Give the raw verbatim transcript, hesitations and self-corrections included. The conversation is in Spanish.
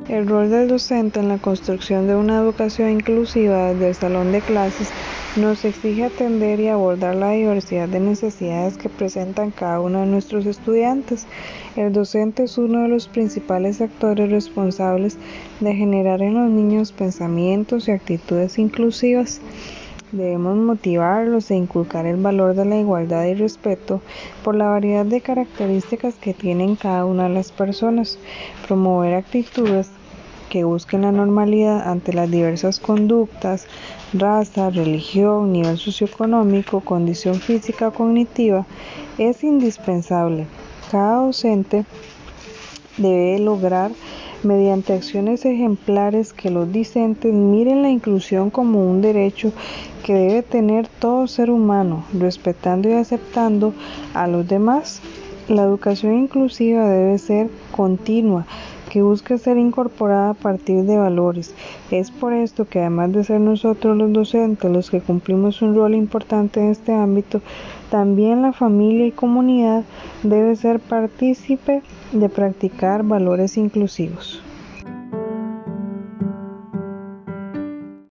El rol del docente en la construcción de una educación inclusiva desde el salón de clases nos exige atender y abordar la diversidad de necesidades que presentan cada uno de nuestros estudiantes. El docente es uno de los principales actores responsables de generar en los niños pensamientos y actitudes inclusivas. Debemos motivarlos e inculcar el valor de la igualdad y respeto por la variedad de características que tienen cada una de las personas, promover actitudes que busquen la normalidad ante las diversas conductas, raza, religión, nivel socioeconómico, condición física o cognitiva, es indispensable. Cada docente debe lograr mediante acciones ejemplares que los discentes miren la inclusión como un derecho que debe tener todo ser humano, respetando y aceptando a los demás. La educación inclusiva debe ser continua, que busque ser incorporada a partir de valores. Es por esto que además de ser nosotros los docentes los que cumplimos un rol importante en este ámbito, también la familia y comunidad debe ser partícipe de practicar valores inclusivos.